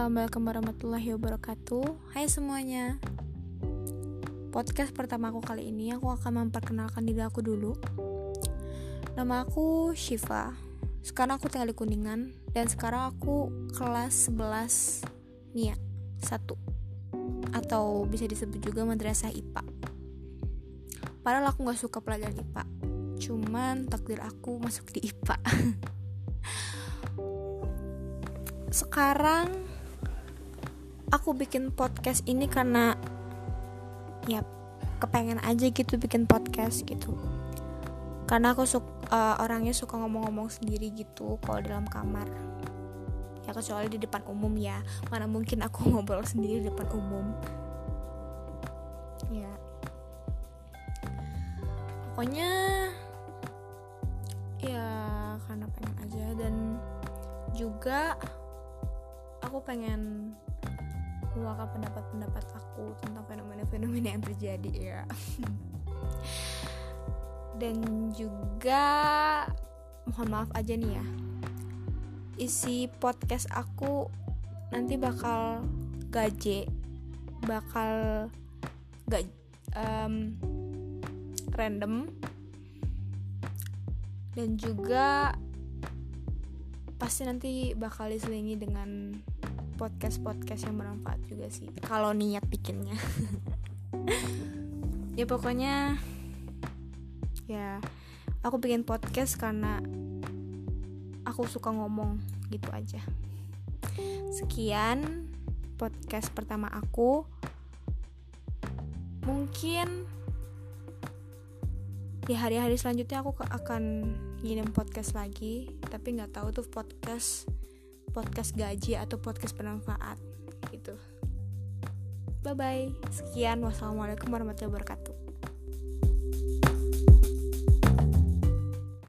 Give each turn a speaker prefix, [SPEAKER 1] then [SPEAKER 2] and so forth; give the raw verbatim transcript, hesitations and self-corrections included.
[SPEAKER 1] Assalamualaikum warahmatullahi wabarakatuh. Hai semuanya. Podcast pertama aku kali ini, aku akan memperkenalkan diri aku dulu. Nama aku Syifa. Sekarang aku tinggal di Kuningan. Dan sekarang aku kelas sebelas Nia satu, atau bisa disebut juga madrasah I P A. Padahal aku gak suka pelajaran I P A, cuman takdir aku masuk di I P A. Sekarang aku bikin podcast ini karena ya kepengen aja gitu bikin podcast gitu. Karena aku suka uh, orangnya suka ngomong-ngomong sendiri gitu kalau dalam kamar. Ya kecuali di depan umum ya. Mana mungkin aku ngobrol sendiri di depan umum. Ya. Pokoknya ya karena pengen aja, dan juga aku pengen meluangkan pendapat-pendapat aku tentang fenomena-fenomena yang terjadi ya. Dan juga mohon maaf aja nih ya, isi podcast aku nanti bakal gaje, bakal gak um, random, dan juga pasti nanti bakal diselingi dengan podcast-podcast yang bermanfaat juga sih, kalau niat bikinnya. Ya pokoknya ya aku bikin podcast karena aku suka ngomong gitu aja. Sekian podcast pertama aku. Mungkin di hari-hari selanjutnya aku akan ngirim podcast lagi, tapi nggak tahu tuh podcast podcast gaji atau podcast bermanfaat gitu. Bye bye. Sekian, wassalamualaikum warahmatullahi wabarakatuh.